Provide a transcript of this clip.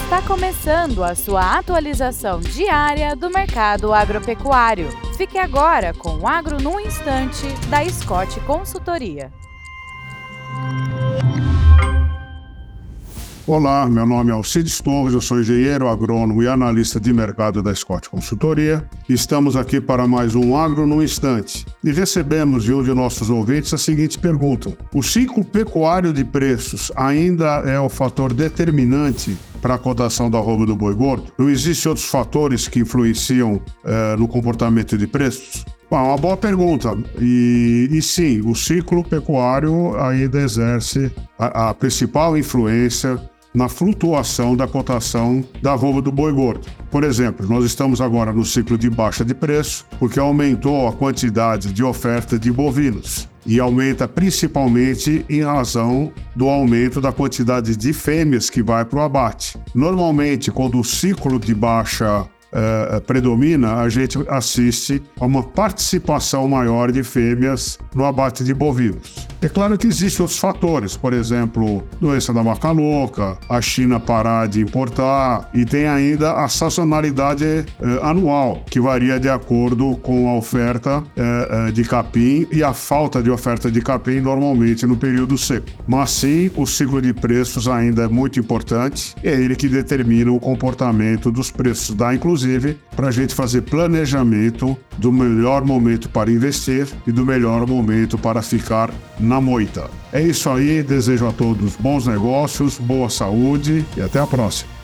Está começando a sua atualização diária do mercado agropecuário. Fique agora com o Agro no Instante, da Scott Consultoria. Olá, meu nome é Alcides Torres, eu sou engenheiro agrônomo e analista de mercado da Scott Consultoria. Estamos aqui para mais um Agro no Instante. E recebemos de um de nossos ouvintes a seguinte pergunta: o ciclo pecuário de preços ainda é o fator determinante para a cotação da arroba do boi gordo? Não existem outros fatores que influenciam no comportamento de preços? Bom, uma boa pergunta. E sim, o ciclo pecuário ainda exerce a principal influência na flutuação da cotação da arroba do boi gordo. Por exemplo, nós estamos agora no ciclo de baixa de preço porque aumentou a quantidade de oferta de bovinos e aumenta principalmente em razão do aumento da quantidade de fêmeas que vai para o abate. Normalmente, quando o ciclo de baixa predomina, a gente assiste a uma participação maior de fêmeas no abate de bovinos. É claro que existem outros fatores, por exemplo, doença da vaca louca, a China parar de importar, e tem ainda a sazonalidade anual, que varia de acordo com a oferta de capim e a falta de oferta de capim normalmente no período seco. Mas sim, o ciclo de preços ainda é muito importante, é ele que determina o comportamento dos preços, inclusive para a gente fazer planejamento do melhor momento para investir e do melhor momento para ficar na moita. É isso aí, desejo a todos bons negócios, boa saúde e até a próxima.